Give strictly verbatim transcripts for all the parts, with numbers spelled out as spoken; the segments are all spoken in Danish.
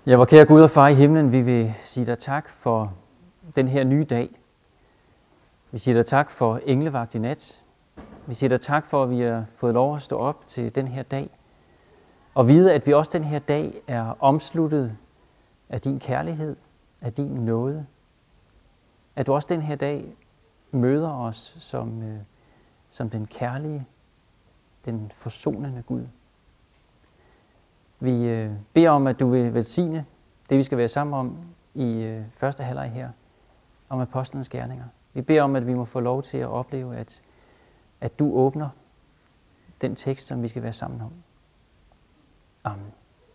Ja, vor kære Gud og Far i himlen, vi vil sige dig tak for den her nye dag. Vi siger dig tak for englevagt i nat. Vi siger dig tak for, at vi har fået lov at stå op til den her dag. Og vide, at vi også den her dag er omsluttet af din kærlighed, af din nåde. At du også den her dag møder os som, øh, som den kærlige, den forsonende Gud. Vi øh, beder om, at du vil velsigne det, vi skal være sammen om i øh, første halvleg her, om apostlenes gerninger. Vi beder om, at vi må få lov til at opleve, at, at du åbner den tekst, som vi skal være sammen om. Amen.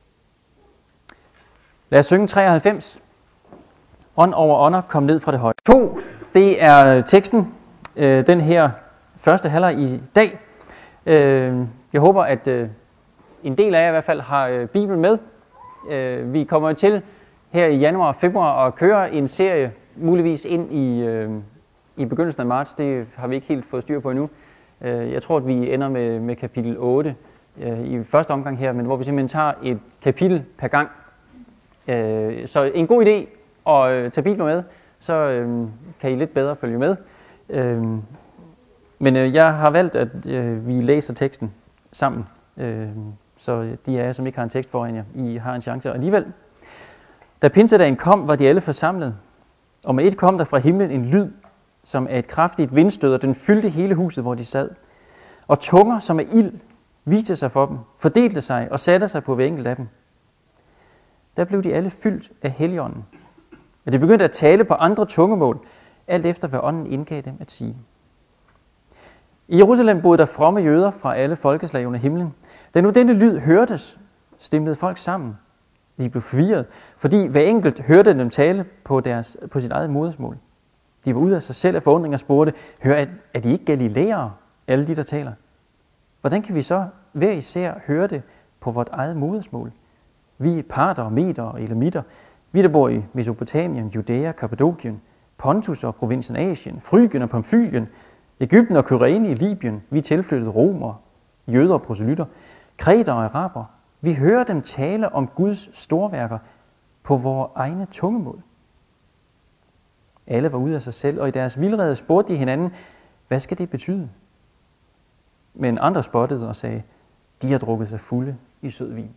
Lad os synge treoghalvfems. Ånd over ånder, kom ned fra det høje. To, det er teksten, øh, den her første halvleg i dag. Øh, jeg håber, at øh, en del af jer i hvert fald har øh, Bibelen med. Øh, vi kommer til her i januar og februar at køre en serie, muligvis ind i, øh, i begyndelsen af marts. Det har vi ikke helt fået styr på endnu. Øh, jeg tror, at vi ender med, med kapitel otte øh, i første omgang her, men hvor vi simpelthen tager et kapitel per gang. Øh, så en god idé at øh, tage Bibelen med, så øh, kan I lidt bedre følge med. Øh, men øh, jeg har valgt, at øh, vi læser teksten sammen. Øh, så de af jer, som ikke har en tekst foran jer, I har en chance alligevel. Da pinsedagen kom, var de alle forsamlet, og med et kom der fra himlen en lyd, som er et kraftigt vindstød, og den fyldte hele huset, hvor de sad. Og tunger, som er ild, viste sig for dem, fordelte sig og satte sig på hver enkelt af dem. Der blev de alle fyldt af Helligånden, og de begyndte at tale på andre tungemål, alt efter hvad ånden indgav dem at sige. I Jerusalem boede der fromme jøder fra alle folkeslag under himlen. Da nu denne lyd hørtes, stimlede folk sammen. De blev forvirret, fordi hver enkelt hørte dem tale på, deres, på sit eget modersmål. De var ude af sig selv af forundring og spurgte, hør, er, er de ikke galilæere, alle de, der taler? Hvordan kan vi så hver især høre det på vort eget modersmål? Vi er parter, meter og elamitter. Vi, der bor i Mesopotamien, Judæa, Kappadokien, Pontus og provinsen Asien, Frygien og Pamfylien, Egypten og Kyrene i Libyen. Vi er tilflyttede romer, jøder og proselytter, kreter og araber. Vi hører dem tale om Guds storværker på vores egne tungemål. Alle var ude af sig selv, og i deres vildrede spurgte de hinanden, hvad skal det betyde? Men andre spottede og sagde, de har drukket sig fulde i sød vin.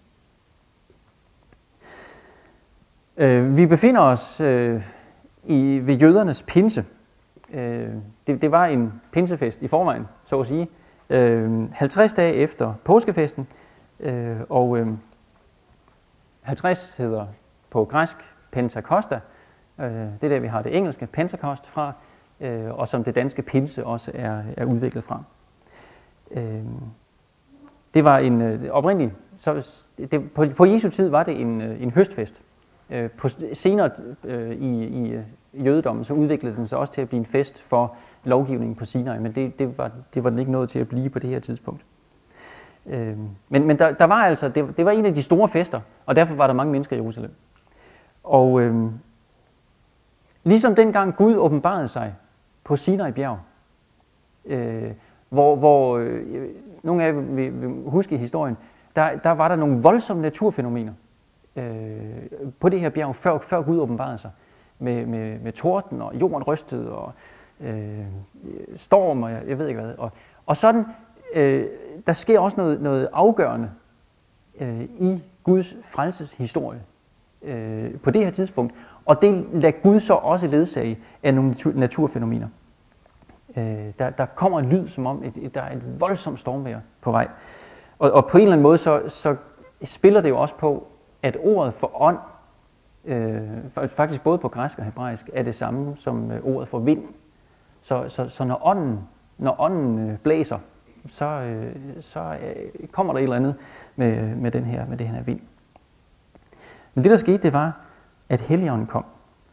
Øh, vi befinder os øh, i, ved jødernes pinse. Øh, det, det var en pinsefest i forvejen, så at sige. Øh, halvtreds dage efter påskefesten, øh, og øh, halvtreds hedder på græsk Pentakosta. Øh, det er der, vi har det engelske Pentecost fra, øh, og som det danske pinse også er, er udviklet fra. Øh, det var en øh, oprindelig, så det, på, på Jesu tid var det en, en høstfest. Øh, på, senere øh, i, i jødedommen, så udviklede den sig også til at blive en fest for lovgivningen på Sinai, men det, det, var, det var den ikke nået til at blive på det her tidspunkt. Øh, men men der, der var altså, det, det var en af de store fester, og derfor var der mange mennesker i Jerusalem. Og øh, ligesom dengang Gud åbenbarede sig på Sinai bjerg, øh, hvor, hvor øh, nogle af jer vil, vil huske i historien, der, der var der nogle voldsomme naturfænomener øh, på det her bjerg, før, før Gud åbenbarede sig. Med, med, med torden og jorden rystede og øh, storm og jeg, jeg ved ikke hvad. Og, og sådan, øh, der sker også noget, noget afgørende øh, i Guds frelseshistorie øh, på det her tidspunkt. Og det lader Gud så også ledsage af nogle natur, naturfænomener. Øh, der, der kommer en lyd, som om et, et, der er et voldsomt stormvejr på vej. Og, og på en eller anden måde, så, så spiller det jo også på, at ordet for ånd, Øh, faktisk både på græsk og hebraisk, er det samme som øh, ordet for vind. Så, så, så når ånden, når ånden øh, blæser, så, øh, så øh, kommer der et eller andet med, med, den her, med det her vind. Men det der skete, det var, at Helligånden kom.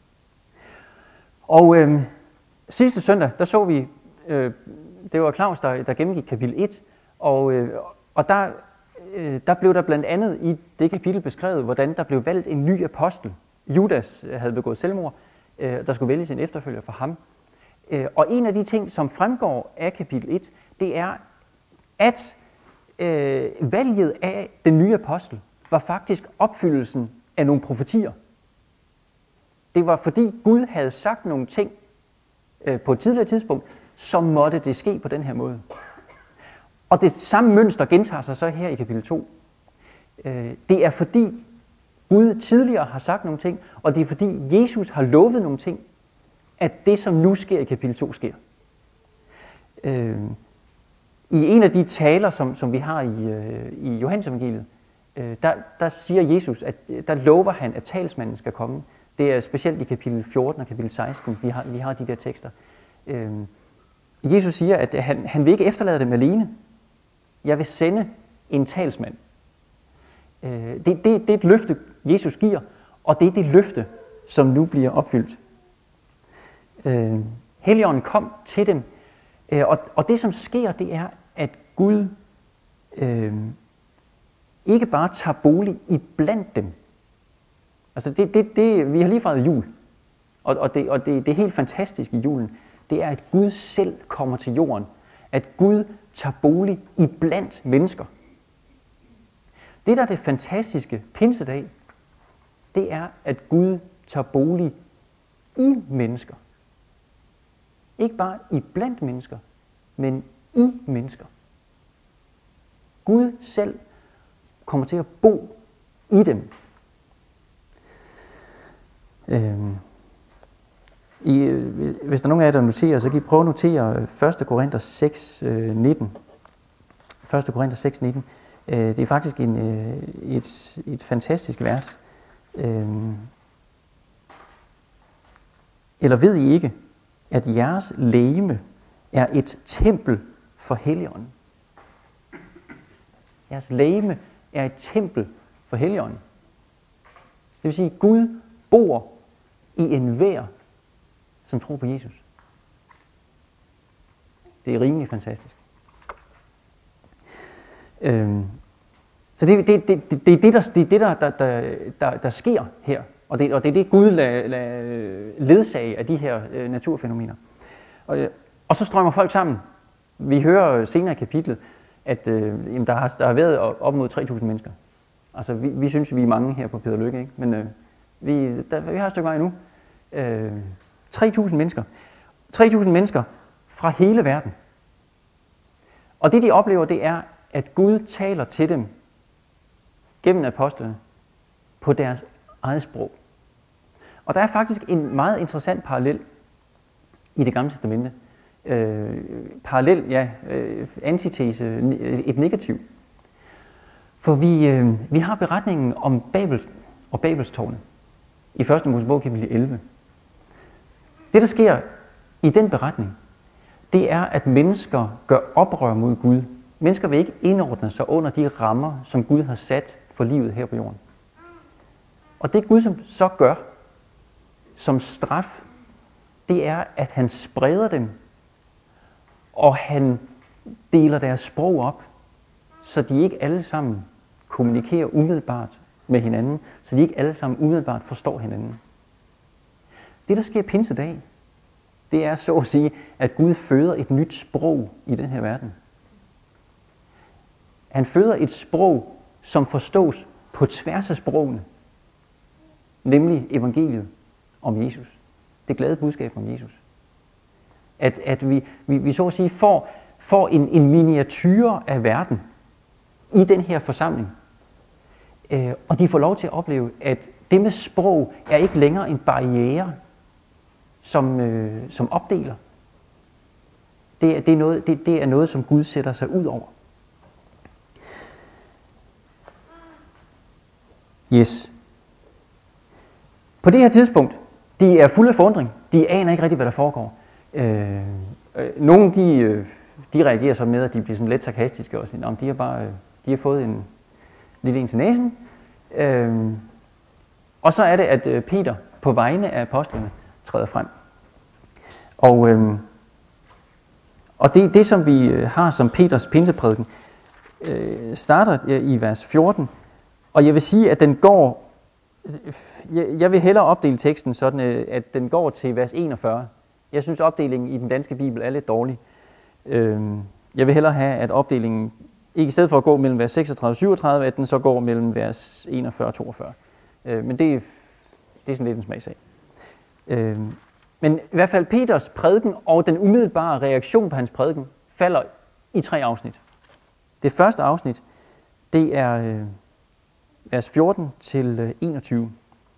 Og øh, sidste søndag, der så vi, øh, det var Claus, der, der gennemgik kapitel et, og, øh, og der der blev der blandt andet i det kapitel beskrevet, hvordan der blev valgt en ny apostel. Judas havde begået selvmord, der skulle vælges en efterfølger for ham. Og en af de ting, som fremgår af kapitel et, det er, at valget af den nye apostel var faktisk opfyldelsen af nogle profetier. Det var fordi Gud havde sagt nogle ting øh, på et tidligere tidspunkt, så måtte det ske på den her måde. Og det samme mønster gentager sig så her i kapitel to. Øh, det er fordi Gud tidligere har sagt nogle ting, og det er fordi Jesus har lovet nogle ting, at det som nu sker i kapitel to sker. Øh, I en af de taler, som, som vi har i, øh, i Johannes evangeliet, øh, der, der siger Jesus, at der lover han, at talsmanden skal komme. Det er specielt i kapitel fjorten og kapitel seksten, vi har, vi har de der tekster. Øh, Jesus siger, at han, han vil ikke efterlade dem alene. Jeg vil sende en talsmand. Øh, det, det, det er et løfte, Jesus giver, og det er det løfte, som nu bliver opfyldt. Øh, Helligånden kom til dem, øh, og, og det som sker, det er, at Gud øh, ikke bare tager bolig i blandt dem. Altså det, det, det, vi har lige fejret jul, og, og, det, og det, det er helt fantastisk i julen, det er, at Gud selv kommer til jorden. At Gud tager bolig i blandt mennesker. Det, der er det fantastiske pinsedag, det er, at Gud tager bolig i mennesker. Ikke bare i blandt mennesker, men i mennesker. Gud selv kommer til at bo i dem. Øhm. I, hvis der er nogen af jer, der noterer, så kan I prøve at notere første Korinther seks nitten. første Korinther seks nitten. Det er faktisk en, et, et fantastisk vers. Eller ved I ikke, at jeres legeme er et tempel for Helligånden? Jeres legeme er et tempel for Helligånden. Det vil sige, at Gud bor i enhver, som tror på Jesus. Det er rimelig fantastisk. Øhm, så det, det, det, det, det er det, der, det, er det der, der, der, der sker her. Og det, og det er det, Gud lader lad ledsage af de her øh, naturfænomener. Og, og så strømmer folk sammen. Vi hører senere i kapitlet, at øh, jamen, der, har, der har været op mod tre tusind mennesker. Altså, vi, vi synes, vi er mange her på Peder Lykke, ikke? Men øh, vi, der, vi har et stykke vej nu. Øh, tre tusind mennesker. tre tusind mennesker fra hele verden. Og det, de oplever, det er, at Gud taler til dem gennem apostlene på deres eget sprog. Og der er faktisk en meget interessant parallel i Det Gamle Testamente. Øh, parallel, ja, øh, antitese, et negativ. For vi, øh, vi har beretningen om Babel og Babelstårnet i første Mosebog kapitel elleve. Det, der sker i den beretning, det er, at mennesker gør oprør mod Gud. Mennesker vil ikke indordne sig under de rammer, som Gud har sat for livet her på jorden. Og det Gud som så gør som straf, det er, at han spreder dem, og han deler deres sprog op, så de ikke alle sammen kommunikerer umiddelbart med hinanden, så de ikke alle sammen umiddelbart forstår hinanden. Det, der sker pinsedag, det er så at sige, at Gud føder et nyt sprog i den her verden. Han føder et sprog, som forstås på tværs af sprogene, nemlig evangeliet om Jesus. Det glade budskab om Jesus. At, at vi, vi, vi så at sige får, får en, en miniature af verden i den her forsamling. Øh, og de får lov til at opleve, at det med sprog er ikke længere en barriere, som, øh, som opdeler. Det, det, er noget, det, det er noget, som Gud sætter sig ud over. Yes. På det her tidspunkt, de er fulde af forundring. De aner ikke rigtig, hvad der foregår. Øh, øh, nogle de, øh, de reagerer så med, at de bliver sådan lidt sarkastiske og siger, om de har bare øh, de har fået en lille en til næsen. Øh, og så er det, at øh, Peter på vegne af apostlene træder frem. Og, øh, og det, det, som vi har som Peters pinseprædiken, øh, starter i vers fjorten. Og jeg vil sige, at den går, jeg, jeg vil hellere opdele teksten sådan, at den går til vers enogfyrre. Jeg synes, opdelingen i den danske bibel er lidt dårlig. Øh, jeg vil hellere have, at opdelingen, ikke i stedet for at gå mellem vers seksogtredive og syvogtredive, at den så går mellem vers enogfyrre og toogfyrre. Øh, men det, det er sådan lidt en smagsag. Øh, men i hvert fald Peters prædiken og den umiddelbare reaktion på hans prædiken falder i tre afsnit. Det første afsnit, det er øh, vers fjorten til enogtyve.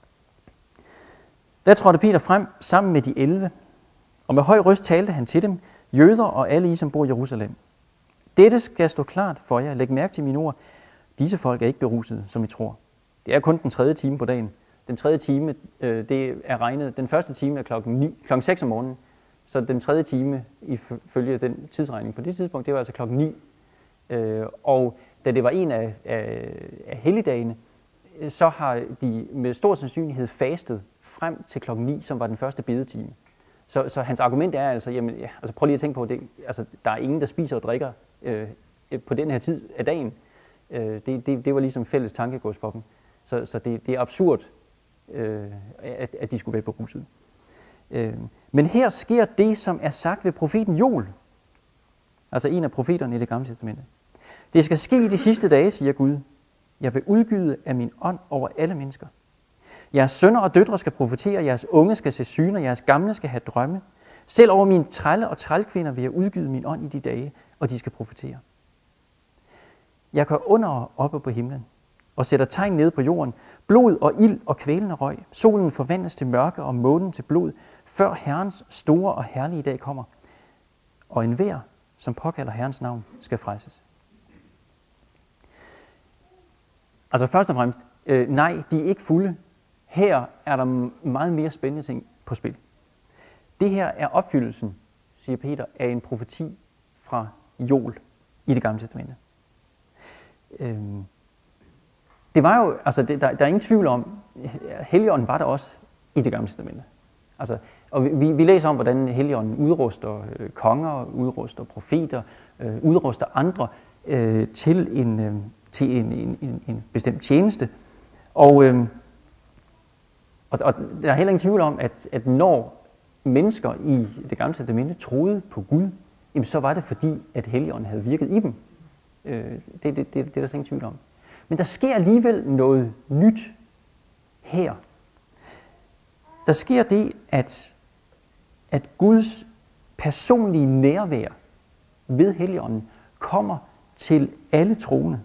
Der trådte Peter frem sammen med de elleve, og med høj røst talte han til dem, jøder og alle I, som bor i Jerusalem. Dette skal stå klart for jer. Læg mærke til mine ord. Disse folk er ikke berusede, som I tror. Det er kun den tredje time på dagen. Den tredje time, øh, det er regnet. Den første time er klokken, ni, klokken seks om morgenen. Så den tredje time, ifølge den tidsregning på det tidspunkt, det var altså klokken ni. Øh, og da det var en af, af, af helligdagene, så har de med stor sandsynlighed fastet frem til klokken ni, som var den første bedetime. Så, så hans argument er altså, jamen, ja, altså prøv lige at tænke på, det, altså, der er ingen, der spiser og drikker øh, på den her tid af dagen. Øh, det, det, det var ligesom fælles tankegods for dem. Så, så det, det er absurd, øh, at, at de skulle være beruset. Øh, men her sker det, som er sagt ved profeten Joel, altså en af profeterne i det gamle testamente. Det skal ske i de sidste dage, siger Gud. Jeg vil udgyde af min ånd over alle mennesker. Jeres sønner og døtre skal profetere, jeres unge skal se syner, jeres gamle skal have drømme. Selv over mine trælle og trælkvinder vil jeg udgyde min ånd i de dage, og de skal profetere. Jeg går under oppe på himlen og sætter tegn nede på jorden, blod og ild og kvælende røg. Solen forvandles til mørke og månen til blod, før Herrens store og herlige dag kommer. Og enhver, som påkalder Herrens navn, skal frelses. Altså først og fremmest, øh, nej, de er ikke fulde. Her er der meget mere spændende ting på spil. Det her er opfyldelsen, siger Peter, af en profeti fra Joel i det gamle testamente. Øhm, det var jo, altså det, der, der er ingen tvivl om, Helligånden var der også i det gamle testamente. Altså, og vi, vi læser om, hvordan Helligånden udruster øh, konger, udruster profeter, øh, udruster andre øh, til en øh, til en, en, en, en bestemt tjeneste. Og, øh, og, og der er heller ingen tvivl om, at, at når mennesker i det gamle testamente troede på Gud, jamen så var det fordi, at Helligånden havde virket i dem. Øh, det, det, det, det er der ingen tvivl om. Men der sker alligevel noget nyt her. Der sker det, at, at Guds personlige nærvær ved Helligånden kommer til alle troende.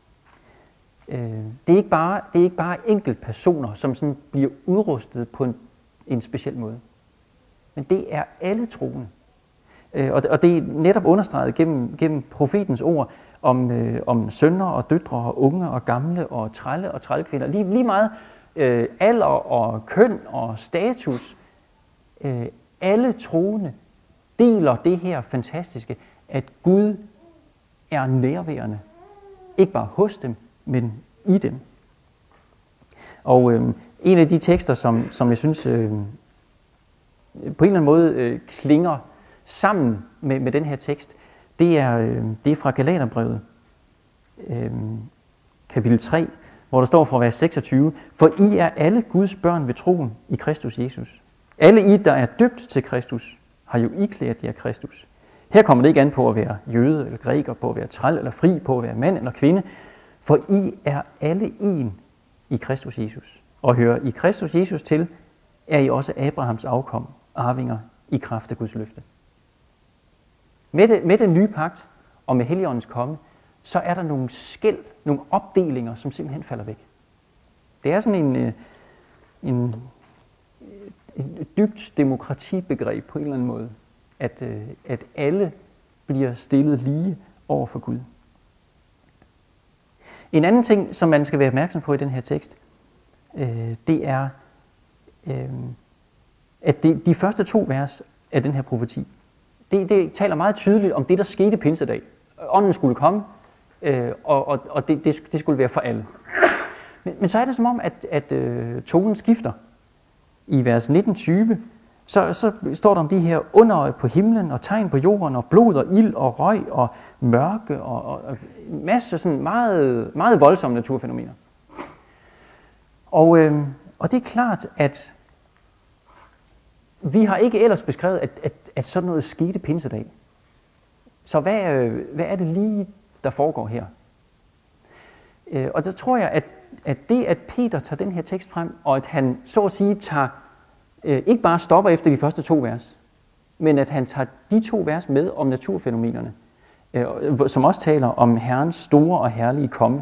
Det er ikke bare, det er ikke bare enkelte personer, som sådan bliver udrustet på en, en speciel måde. Men det er alle troende. Og det, og det er netop understreget gennem, gennem profetens ord om, øh, om sønner og døtre og unge og gamle og trælle og trælkvinder. Lige, lige meget øh, alder og køn og status. Øh, alle troende deler det her fantastiske, at Gud er nærværende. Ikke bare hos dem, men i dem. Og øh, en af de tekster, som, som jeg synes øh, på en eller anden måde øh, klinger sammen med, med den her tekst, det er, øh, det er fra Galaterbrevet, øh, kapitel tre, hvor der står fra vers seksogtyve, for I er alle Guds børn ved troen i Kristus Jesus. Alle I, der er døbt til Kristus, har jo iklædt jer Kristus. Her kommer det ikke an på at være jøde eller græker, på at være træl eller fri, på at være mand eller kvinde, for I er alle en i Kristus Jesus. Og hører I Kristus Jesus til, er I også Abrahams afkom, arvinger i kraft af Guds løfte. Med, det, med den nye pagt og med Helligåndens komme, så er der nogle skel, nogle opdelinger, som simpelthen falder væk. Det er sådan en, en, en dybt demokratibegreb på en eller anden måde, at, at alle bliver stillet lige over for Gud. En anden ting, som man skal være opmærksom på i den her tekst, øh, det er, øh, at det, de første to vers af den her profeti, det, det taler meget tydeligt om det, der skete pinsedag. Ånden skulle komme, øh, og, og, og det, det, det skulle være for alle. Men, men så er det som om, at, at øh, tonen skifter. I vers nitten tyve, så, så står der om de her under på himlen, og tegn på jorden, og blod og ild og røg og mørke, og, og, og en masse sådan meget, meget voldsomme naturfænomener. Og, øh, og det er klart, at vi har ikke ellers beskrevet, at, at, at sådan noget skete pinsedag. Så hvad, øh, hvad er det lige, der foregår her? Øh, og der tror jeg, at, at det, at Peter tager den her tekst frem, og at han så at sige tager, øh, ikke bare stopper efter de første to vers, men at han tager de to vers med om naturfænomenerne, øh, som også taler om Herrens store og herlige komme.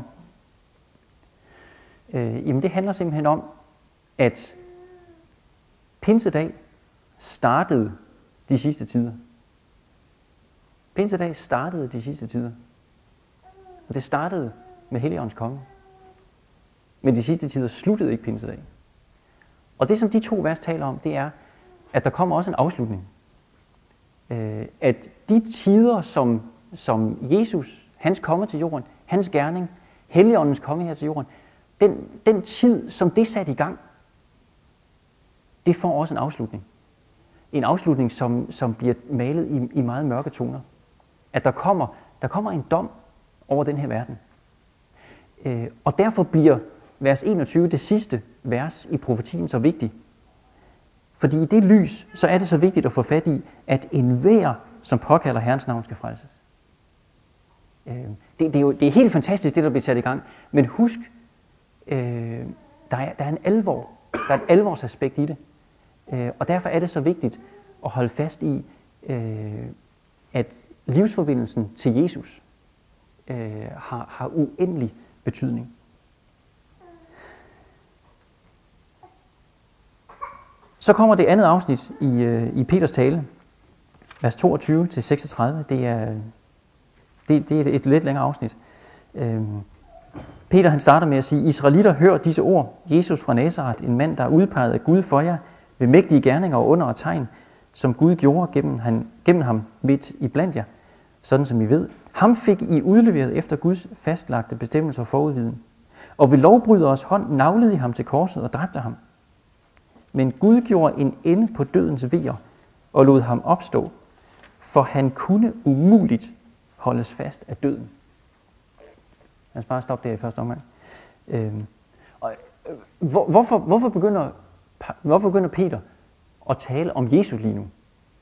Øh, jamen det handler simpelthen om, at pinsedag startede de sidste tider. Pinsedag startede de sidste tider. Og det startede med Helligåndens komme. Men de sidste tider sluttede ikke pinsedag. Og det, som de to vers taler om, det er, at der kommer også en afslutning. Øh, at de tider, som, som Jesus, hans komme til jorden, hans gerning, Helligåndens komme her til jorden, den, den tid, som det satte i gang, det får også en afslutning. En afslutning, som, som bliver malet i, i meget mørke toner. At der kommer, der kommer en dom over den her verden. Øh, og derfor bliver vers enogtyve, det sidste vers i profetien, så vigtig. Fordi i det lys, så er det så vigtigt at få fat i, at enhver, som påkalder Herrens navn, skal frelses. Øh, det, det, er jo, det er helt fantastisk, det der bliver sat i gang. Men husk, øh, der, er, der er en alvor. Der er et alvorsaspekt i det. Øh, og derfor er det så vigtigt at holde fast i, øh, at livsforbindelsen til Jesus øh, har, har uendelig betydning. Så kommer det andet afsnit i, øh, i Peters tale, vers toogtyve til seksogtredive. Det er, det, det er et lidt længere afsnit. Øh, Peter han starter med at sige, Israelitter, hør disse ord. Jesus fra Nazaret, en mand, der er udpeget af Gud for jer, ved mægtige gerninger og under og tegn, som Gud gjorde gennem, han, gennem ham midt i blandt jer, sådan som I ved. Ham fik I udleveret efter Guds fastlagte bestemmelser forudviden. Og ved lovbryderes hånd navlede I ham til korset og dræbte ham. Men Gud gjorde en ende på dødens vejer og lod ham opstå, for han kunne umuligt holdes fast af døden. Lad os bare stoppe der i første omgang. Øhm, og, øh, hvor, hvorfor, hvorfor, begynder, hvorfor begynder Peter at tale om Jesus lige nu?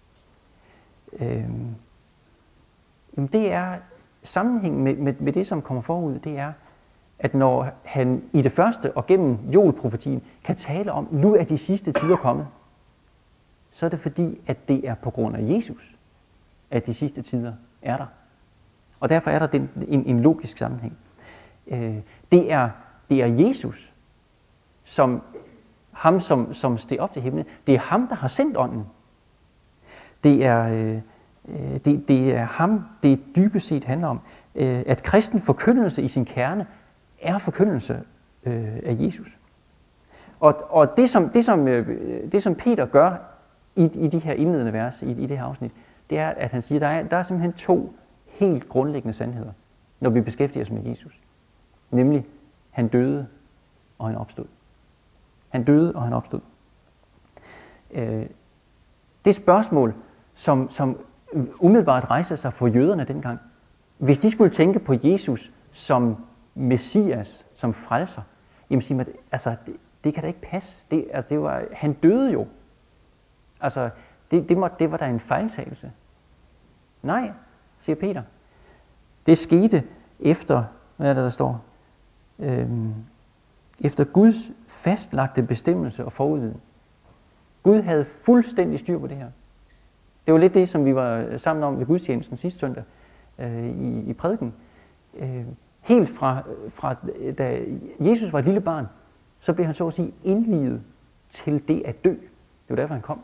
Øhm, jamen det er sammenhængen med, med, med det, som kommer forud, det er, at når han i det første og gennem Joel-profetien kan tale om, nu er de sidste tider kommet, så er det fordi, at det er på grund af Jesus, at de sidste tider er der. Og derfor er der den, en, en logisk sammenhæng. Øh, det, er, det er Jesus, som ham, som, som steg op til himlen. Det er ham, der har sendt ånden. Det er, øh, det, det er ham, det dybest set handler om. Øh, at kristen forkyndelse i sin kerne er forkyndelse øh, af Jesus. Og, og det, som, det, som, øh, det, som Peter gør i, i de her indledende vers, i, i det her afsnit, det er, at han siger, at der er, der er simpelthen to helt grundlæggende sandheder, når vi beskæftiger os med Jesus. Nemlig, han døde, og han opstod. Han døde, og han opstod. Øh, det spørgsmål, som, som umiddelbart rejser sig for jøderne dengang, hvis de skulle tænke på Jesus som Messias, som frelser, jamen siger man, altså, det, det kan da ikke passe. Det, altså, det var, han døde jo. Altså, det, det, må, det var da en fejltagelse. Nej, siger Peter. Det skete efter, hvad er det, der står? Øhm, efter Guds fastlagte bestemmelse og forudviden. Gud havde fuldstændig styr på det her. Det var lidt det, som vi var sammen om ved gudstjenesten sidste søndag øh, i, i prædiken. Øh, helt fra, fra, da Jesus var et lille barn, så blev han så at sige indviet til det at dø. Det var derfor, han kom.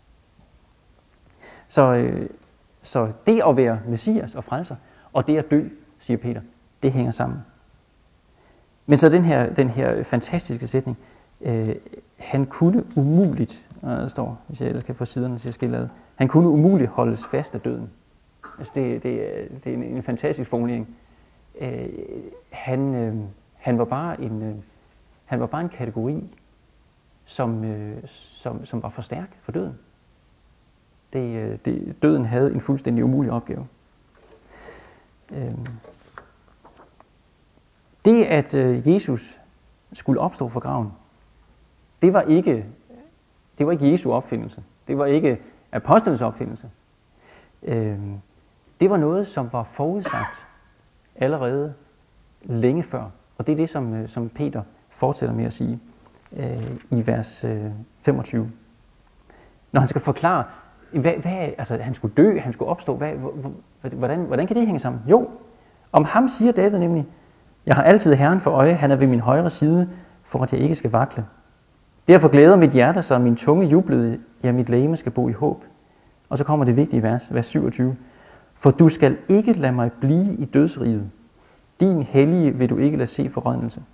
Så, øh, så det at være Messias og frelser, og det at dø, siger Peter, det hænger sammen. Men så den her, den her fantastiske sætning, øh, han kunne umuligt, og der står, hvis jeg ellers kan få siderne til at skille ad, han kunne umuligt holdes fast af døden. Altså det, det, det er en, en fantastisk formulering. Øh, han, øh, han, var bare en, øh, han var bare en kategori, som, øh, som, som var for stærk for døden. Det, øh, det, døden havde en fuldstændig umulig opgave. Øh, det, at øh, Jesus skulle opstå fra graven, det var ikke, det var ikke Jesu opfindelse. Det var ikke apostlenes opfindelse. Øh, det var noget, som var forudsagt allerede længe før. Og det er det, som, som Peter fortsætter med at sige øh, i vers øh, femogtyve. Når han skal forklare, hvad, hvad, altså han skulle dø, han skulle opstå, hvad, hvordan, hvordan kan det hænge sammen? Jo, om ham siger David nemlig, jeg har altid Herren for øje, han er ved min højre side, for at jeg ikke skal vakle. Derfor glæder mit hjerte sig, min tunge jublede, ja, mit legeme skal bo i håb. Og så kommer det vigtige vers, vers syvogtyve. For du skal ikke lade mig blive i dødsriget. Din hellige vil du ikke lade se forrådnelse.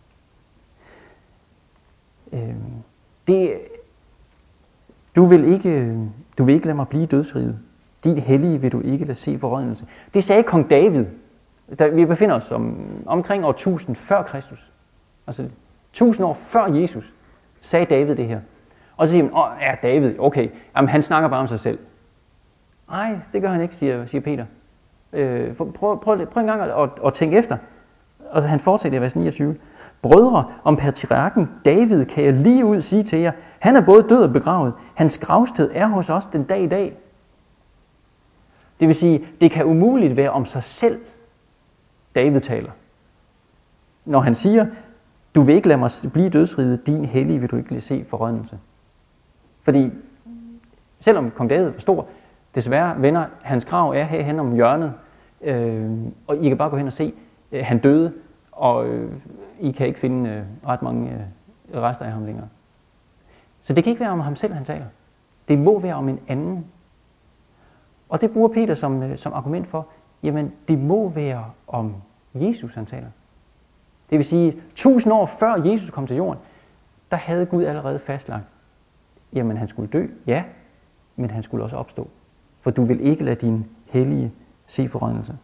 Øh, det, du, vil ikke, du vil ikke lade mig blive i dødsriget. Din hellige vil du ikke lade se forrådnelse. Det sagde kong David, da vi befinder os om, omkring år tusind før Kristus. Altså tusind år før Jesus, sagde David det her. Og så siger man, åh, ja, David, okay, jamen, han snakker bare om sig selv. Nej, det gør han ikke, siger, siger Peter. Øh, prøv, prøv, prøv, prøv en gang at, at, at tænke efter. Og så han fortsætter i vers niogtyve. Brødre, om patriarken David kan jeg lige ud sige til jer, han er både død og begravet. Hans gravsted er hos os den dag i dag. Det vil sige, det kan umuligt være om sig selv, David taler. Når han siger, du vil ikke lade mig blive dødsriget, din hellige vil du ikke lade se forrådnelse. Fordi selvom kong David var stor, desværre venner, hans grav er herhen om hjørnet, øh, og I kan bare gå hen og se, øh, han døde, og øh, I kan ikke finde øh, ret mange øh, rester af ham længere. Så det kan ikke være om ham selv, han taler. Det må være om en anden. Og det bruger Peter som, øh, som argument for, jamen det må være om Jesus, han taler. Det vil sige, tusind år før Jesus kom til jorden, der havde Gud allerede fastlagt, jamen han skulle dø, ja, men han skulle også opstå. For du vil ikke lade din hellige se forrådnelse.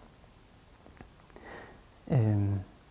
Øhm.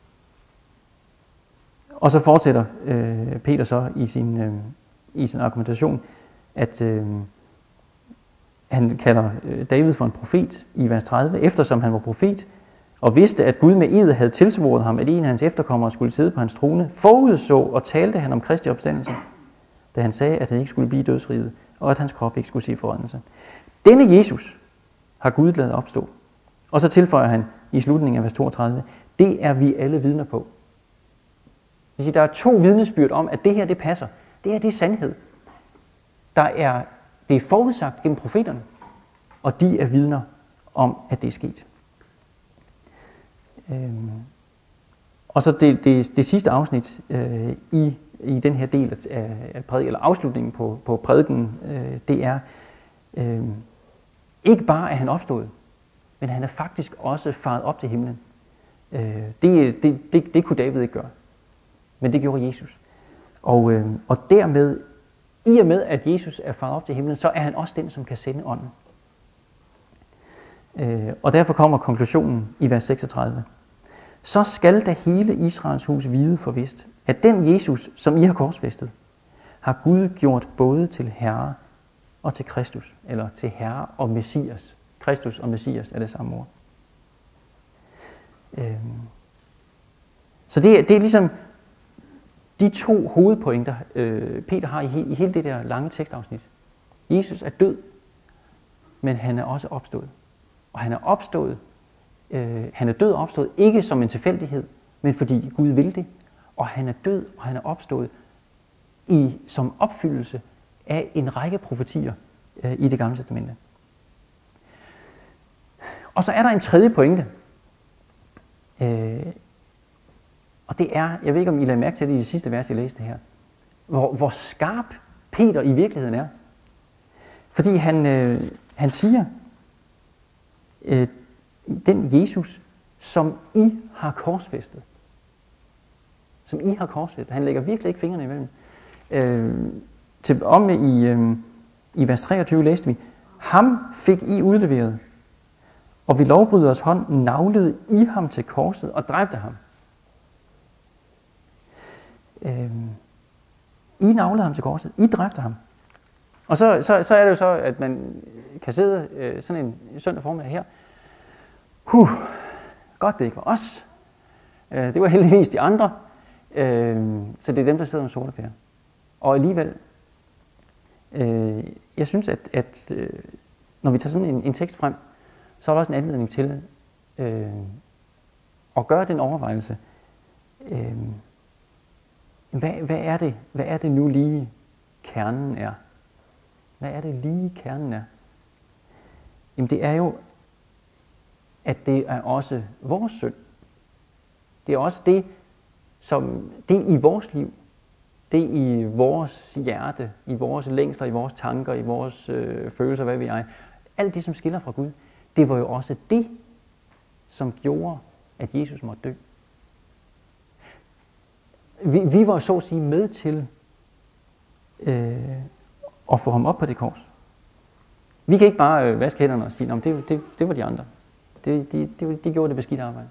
Og så fortsætter øh, Peter så i sin, øh, i sin argumentation, at øh, han kalder David for en profet i vers tredive, eftersom han var profet, og vidste, at Gud med ed havde tilsvoret ham, at en af hans efterkommere skulle sidde på hans trone, forudså og talte han om Kristi opstandelse, da han sagde, at han ikke skulle blive dødsriget, og at hans krop ikke skulle se forrådnelse. Denne Jesus har Gud ladet opstå. Og så tilføjer han i slutningen af vers toogtredive, det er vi alle vidner på. Det vil sige, der er to vidnesbyrd om, at det her det passer. Det her det er sandhed. Der er, det er forudsagt gennem profeterne, og de er vidner om, at det er sket. Øhm. Og så det, det, det sidste afsnit øh, i, i den her del af, af prædiken, eller afslutningen på, på prædiken, øh, det er øh, ikke bare, at han opstod, men han er faktisk også faret op til himlen. Øh, det, det, det, det kunne David ikke gøre, men det gjorde Jesus. Og, øh, og dermed, i og med at Jesus er faret op til himlen, så er han også den, som kan sende ånden. Øh, og derfor kommer konklusionen i vers seksogtredive. Så skal da hele Israels hus vide forvist, at den Jesus, som I har korsfæstet, har Gud gjort både til Herre og til Kristus, eller til Herre og Messias. Kristus og Messias er det samme ord. Øhm. Så det, det er ligesom de to hovedpointer, øh, Peter har i, he, i hele det der lange tekstafsnit. Jesus er død, men han er også opstået. Og han er opstået, øh, han er død og opstået, ikke som en tilfældighed, men fordi Gud vil det. Og han er død, og han er opstået i, som opfyldelse af en række profetier øh, i det gamle testamente. Og så er der en tredje pointe. Øh, og det er, jeg ved ikke om I lader mærke til det i det sidste vers, jeg læste her, hvor, hvor skarp Peter i virkeligheden er. Fordi han, øh, han siger, øh, den Jesus, som I har korsfæstet. Som I har korsfæstet. Han lægger virkelig ikke fingrene imellem. Øh, til, om i, øh, i vers treogtyve læste vi, ham fik I udleveret, og vi lovbryders hånd navlede I ham til korset og dræbte ham. Øh, I navlede ham til korset. I dræbte ham. Og så, så, så er det jo så, at man kan sidde øh, sådan en søndag formiddag her. Huh, godt det ikke var os. Øh, det var heldigvis de andre. Øh, så det er dem, der sidder med sortepærer. Og alligevel, øh, jeg synes, at, at øh, når vi tager sådan en, en tekst frem, så er der også en anledning til øh, at gøre den overvejelse. Øh, hvad, hvad, er det, hvad er det nu lige kernen er? Hvad er det lige kernen er? Jamen det er jo, at det er også vores synd. Det er også det, som det i vores liv, det i vores hjerte, i vores længsler, i vores tanker, i vores øh, følelser, hvad vi er. Alt det, som skiller fra Gud, det var jo også det, som gjorde, at Jesus måtte dø. Vi, vi var så at sige med til øh, at få ham op på det kors. Vi kan ikke bare øh, vaske hænderne og sige, at det, det, det var de andre. Det, de, de, de gjorde det beskidte arbejde.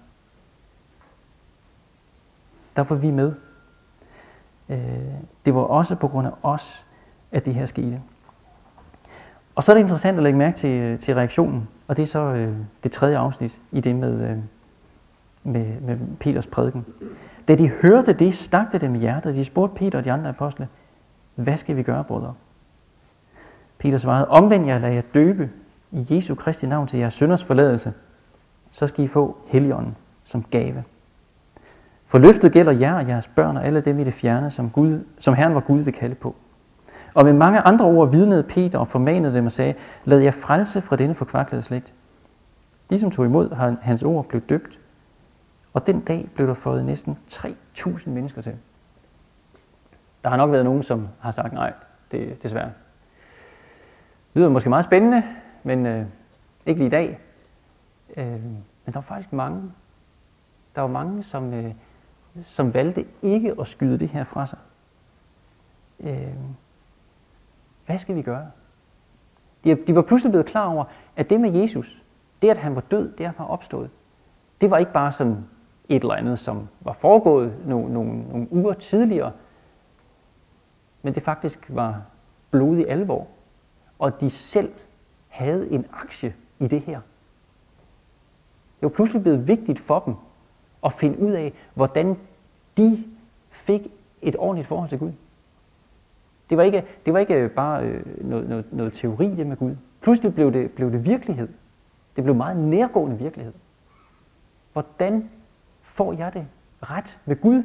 Der var vi med. Øh, det var også på grund af os, at det her skete. Og så er det interessant at lægge mærke til, til reaktionen, og det er så øh, det tredje afsnit i det med, øh, med, med Peters prædiken. Da de hørte det, stak det dem i hjertet. De spurgte Peter og de andre apostle, hvad skal vi gøre, brødre? Peter svarede, omvend jer, lad jer døbe i Jesu Kristi navn til jeres synders forladelse, så skal I få Helligånden som gave. For løftet gælder jer og jeres børn og alle dem i det fjerne, som, Gud, som Herren var Gud vil kalde på. Og med mange andre ord vidnede Peter og formanede dem og sagde, lad jer frelse fra denne forkvaklede slægt. De som tog imod hans ord blev døbt, og den dag blev der fået næsten tre tusind mennesker til. Der har nok været nogen, som har sagt nej, det er desværre. Det lyder måske meget spændende, men øh, ikke lige i dag. Øh, men der var faktisk mange. Der var mange, som, øh, som valgte ikke at skyde det her fra sig. Øh, hvad skal vi gøre? De, de var pludselig blevet klar over, at det med Jesus, det at han var død, det at han var opstået, det var ikke bare sådan et eller andet, som var foregået nogle, nogle, nogle uger tidligere, men det faktisk var blodig alvor, og de selv havde en aktie i det her. Det var pludselig blevet vigtigt for dem at finde ud af, hvordan de fik et ordentligt forhold til Gud. Det var ikke, det var ikke bare øh, noget, noget, noget teori, det med Gud. Pludselig blev det, blev det virkelighed. Det blev meget nærgående virkelighed. Hvordan får jeg det ret ved Gud?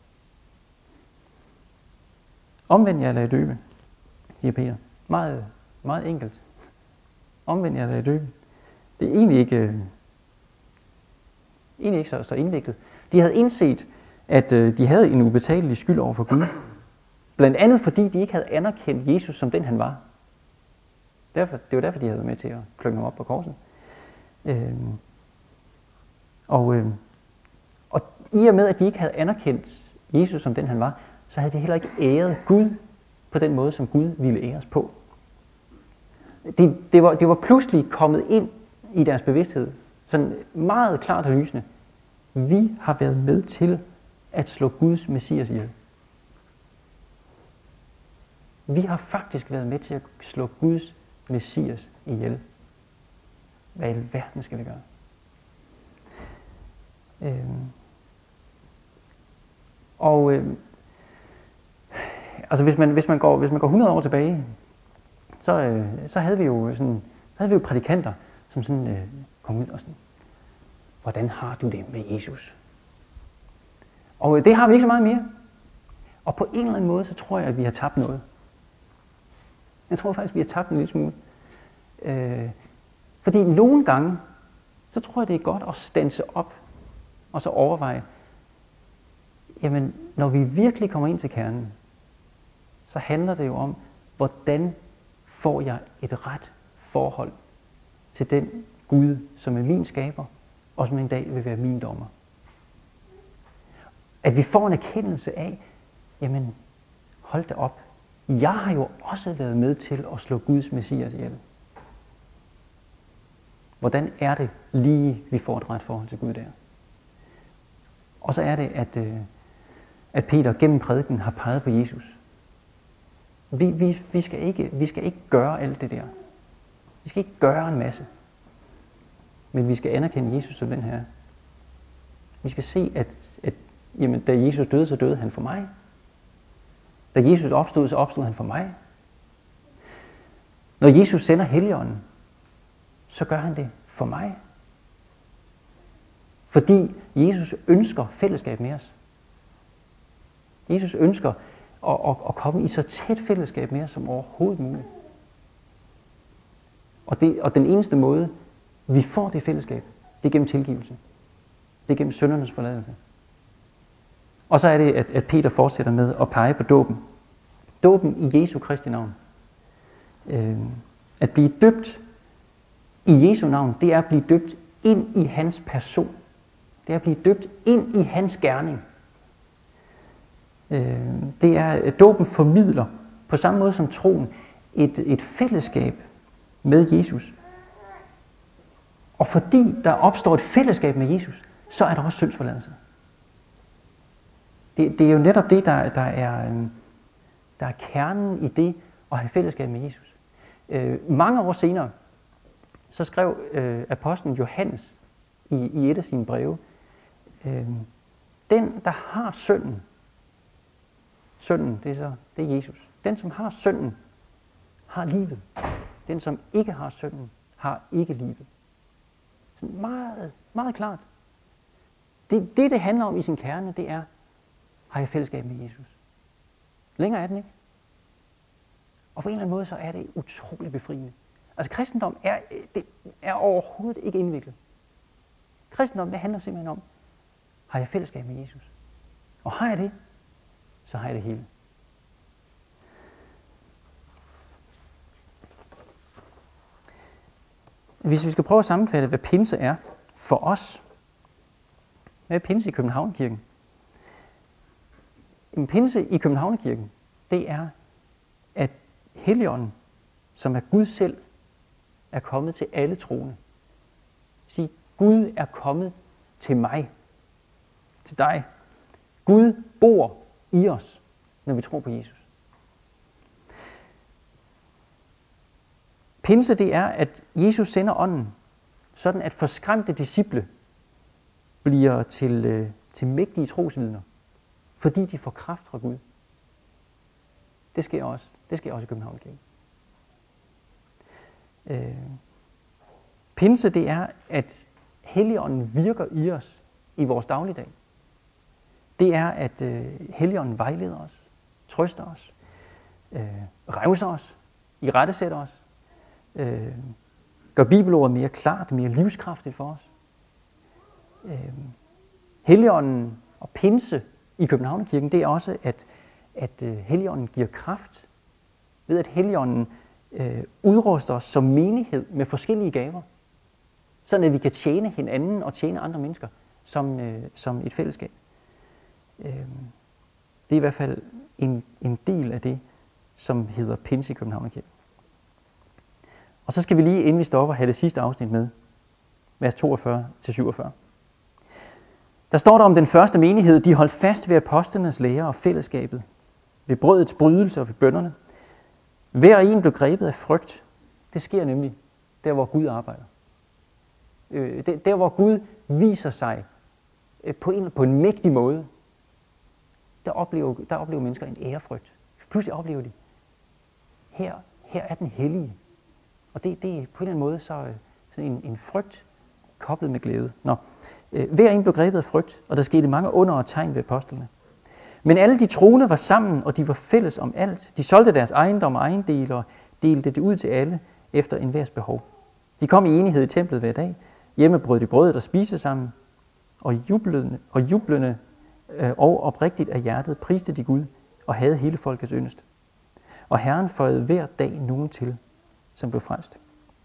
Omvend jer, lad jer døbe, siger Peter. Meget, meget enkelt. Omvend jer, lad jer døbe. Det er egentlig ikke, øh, egentlig ikke så, så indviklet. De havde indset, at øh, de havde en ubetalelig skyld over for Gud. Blandt andet fordi de ikke havde anerkendt Jesus som den han var. Derfor, det var derfor, de havde været med til at klønge ham op på korset. Øhm, og, øhm, og i og med, at de ikke havde anerkendt Jesus som den han var, så havde de heller ikke æret Gud på den måde, som Gud ville æres på. Det, det, var, det var pludselig kommet ind i deres bevidsthed, sådan meget klart og lysende. Vi har været med til at slå Guds Messias ihjel. Vi har faktisk været med til at slå Guds Messias ihjel. Hvad i alverden skal vi gøre? Øhm. Og øhm, altså hvis man, hvis, man går, hvis man går hundrede år tilbage, så, øh, så havde vi jo sådan, så havde vi jo prædikanter, som sådan øh, kom ud og sådan, hvordan har du det med Jesus? Og øh, det har vi ikke så meget mere. Og på en eller anden måde, så tror jeg, at vi har tabt noget. Jeg tror faktisk, vi har tabt en lille smule. Øh, fordi nogle gange, så tror jeg, det er godt at standse op, og så overveje, jamen, når vi virkelig kommer ind til kernen, så handler det jo om, hvordan får jeg et ret forhold til den Gud, som er min skaber, og som en dag vil være min dommer. At vi får en erkendelse af, jamen, hold da op, jeg har jo også været med til at slå Guds Messias ihjel. Hvordan er det lige, vi får et ret forhold til Gud der? Og så er det, at, at Peter gennem prædiken har peget på Jesus. Vi, vi, vi, skal ikke, vi skal ikke gøre alt det der. Vi skal ikke gøre en masse. Men vi skal anerkende Jesus som den her. Vi skal se, at, at jamen, da Jesus døde, så døde han for mig. Da Jesus opstod, så opstod han for mig. Når Jesus sender Helligånden, så gør han det for mig. Fordi Jesus ønsker fællesskab med os. Jesus ønsker at, at, at komme i så tæt fællesskab med os som overhovedet muligt. Og, det, og den eneste måde, vi får det fællesskab, det er gennem tilgivelse. Det er gennem syndernes forladelse. Og så er det, at, at Peter fortsætter med at pege på dåben. Dåben i Jesu Kristi navn. Øh, at blive døbt i Jesu navn, det er at blive døbt ind i hans person. Det er at blive døbt ind i hans gerning. Øh, det er, at dåben formidler, på samme måde som troen, et, et fællesskab med Jesus. Og fordi der opstår et fællesskab med Jesus, så er der også syndsforladelse. Det, det er jo netop det, der, der, er, der er kernen i det at have fællesskab med Jesus. Øh, mange år senere, så skrev øh, apostlen Johannes i, i et af sine breve, øh, den, der har synden, synden, det er så, det er Jesus. Den, som har synden, har livet. Den, som ikke har synden, har ikke livet. Så meget, meget klart. Det, det, det handler om i sin kerne, det er, har jeg fællesskab med Jesus? Længere er den ikke. Og på en eller anden måde, så er det utroligt befriende. Altså kristendom er, det er overhovedet ikke indviklet. Kristendom, det handler simpelthen om, har jeg fællesskab med Jesus? Og har jeg det, så har jeg det hele. Hvis vi skal prøve at sammenfatte, hvad pinse er for os. Hvad er pinse i Københavnerkirken? En pinse i Københavnerkirken, det er, at Helligånden, som er Gud selv, er kommet til alle troende. Sig, Gud er kommet til mig, til dig. Gud bor i os, når vi tror på Jesus. Pinse, det er, at Jesus sender ånden, sådan at forskræmte disciple bliver til, øh, til mægtige trosvidner, fordi de får kraft fra Gud. Det sker også, det sker også i Københavnerkirken. Øh, pinse, det er, at Helligånden virker i os i vores dagligdag. Det er, at øh, Helligånden vejleder os, trøster os, øh, revser os, irettesætter os, øh, gør bibelordet mere klart, mere livskraftigt for os. Øh, Helligånden og pinse i Københavnerkirken, det er også, at, at øh, Helligånden giver kraft, ved at Helligånden øh, udruster os som menighed med forskellige gaver, sådan at vi kan tjene hinanden og tjene andre mennesker som, øh, som et fællesskab. Øh, det er i hvert fald en, en del af det, som hedder pinse i Københavnerkirken. Og så skal vi lige, inden vi stopper, have det sidste afsnit med, vers toogfyrre til syvogfyrre. Der står der om den første menighed, de holdt fast ved apostlenes lære og fællesskabet, ved brødets brydelse og ved bønnerne. Hver en blev grebet af frygt. Det sker nemlig der, hvor Gud arbejder. Der, hvor Gud viser sig på en, på en mægtig måde, der oplever, der oplever mennesker en ærefrygt. Pludselig oplever de, her, her er den hellige. Og det, det er på en eller anden måde så, sådan en, en frygt koblet med glæde. Nå. Hver en blev grebet af frygt, og der skete mange under og tegn ved apostlene. Men alle de troende var sammen, og de var fælles om alt. De solgte deres ejendom og ejendele og delte det ud til alle efter enhvers behov. De kom i enighed i templet hver dag. Hjemme brød de brødet og spiste sammen. Og jublende, og jublende øh, og oprigtigt af hjertet priste de Gud og havde hele folkets yndest. Og Herren føjede hver dag nogen til, som blev frelst.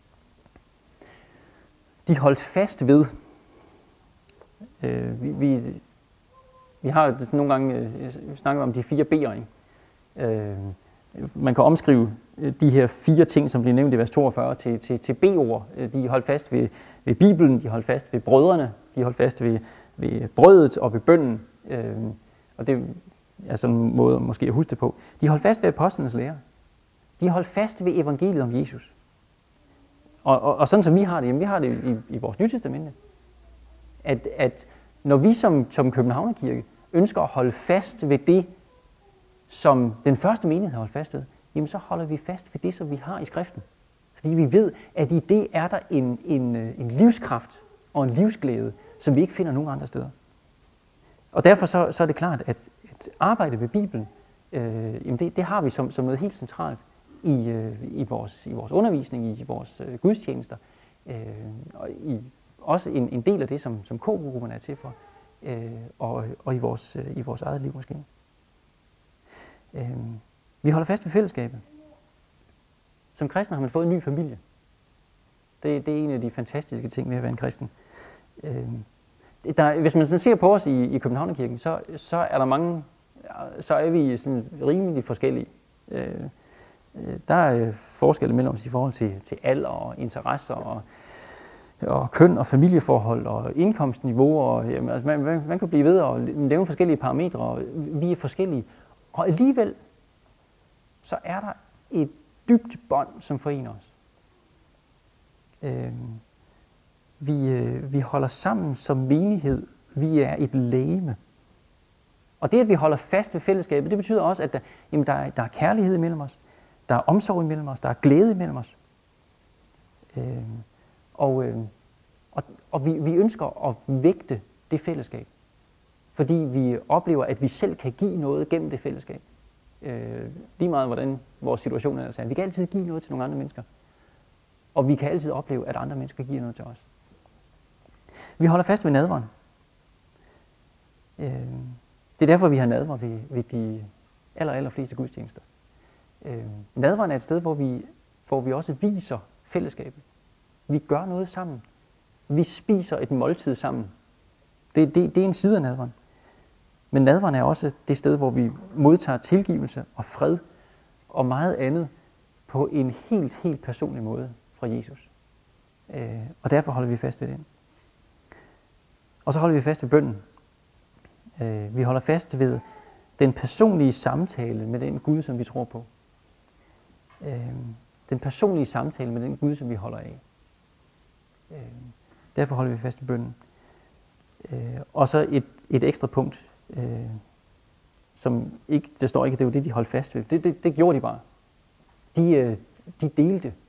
De holdt fast ved. Øh, vi, vi, vi har nogle gange øh, snakket om de fire B'er. Øh, man kan omskrive de her fire ting, som bliver nævnt i vers toogfyrre, til, til, til B-ord. De holdt fast ved, ved Bibelen, de holdt fast ved brødrene, de holdt fast ved, ved brødet og ved bønnen. Øh, og det er sådan en måde måske at huske det på. De holdt fast ved apostlenes lære. De holdt fast ved evangeliet om Jesus. Og, og, og sådan som vi har det, jamen vi har det i, i vores Nye Testamente. At, at når vi som, som Københavnerkirke ønsker at holde fast ved det, som den første menighed har holdt fast ved, jamen så holder vi fast ved det, som vi har i skriften. Fordi vi ved, at i det er der en, en, en livskraft og en livsglæde, som vi ikke finder nogen andre steder. Og derfor så, så er det klart, at, at at arbejde med Bibelen, øh, jamen det, det har vi som, som noget helt centralt i, øh, i, vores, i vores undervisning, i vores øh, gudstjenester, øh, og i, også en, en del af det, som, som K-grupperne er til for, øh, og, og i, vores, øh, i vores eget liv måske. Øh, vi holder fast ved fællesskabet. Som kristne har man fået en ny familie. Det, det er en af de fantastiske ting ved at være en kristen. Øh, der, hvis man sådan ser på os i, i Københavnerkirken, så, så er der mange, så er vi sådan rimelig forskellige. Øh, der er forskelle mellem os i forhold til, til alder og interesser og, og køn og familieforhold og indkomstniveau. Og, jamen, altså man, man, man kan blive ved og nævne forskellige parametre, og vi er forskellige. Og alligevel så er der et dybt bånd, som forener os. Øh, vi, øh, vi holder sammen som menighed. Vi er et legeme. Og det, at vi holder fast ved fællesskabet, det betyder også, at der, jamen, der, er, der er kærlighed imellem os. Der er omsorg imellem os. Der er glæde imellem os. Øh, og øh, og, og vi, vi ønsker at vægte det fællesskab. Fordi vi oplever, at vi selv kan give noget gennem det fællesskab. Øh, lige meget, hvordan vores situation er. Altså. Vi kan altid give noget til nogle andre mennesker. Og vi kan altid opleve, at andre mennesker giver noget til os. Vi holder fast ved nadveren. Øh, det er derfor, vi har nadver ved, ved de aller, aller fleste gudstjenester. Øh, nadveren er et sted, hvor vi, hvor vi også viser fællesskabet. Vi gør noget sammen. Vi spiser et måltid sammen. Det, det, det er en side af nadveren. Men nadveren er også det sted, hvor vi modtager tilgivelse og fred og meget andet på en helt, helt personlig måde fra Jesus. Øh, og derfor holder vi fast ved det. Og så holder vi fast ved bønnen. Øh, vi holder fast ved den personlige samtale med den Gud, som vi tror på. Øh, den personlige samtale med den Gud, som vi holder af. Øh, derfor holder vi fast ved bønnen. Øh, og så et, et ekstra punkt, øh, som ikke, det står ikke, at det var det, de holdt fast ved. Det, det, det gjorde de bare. De, øh, de delte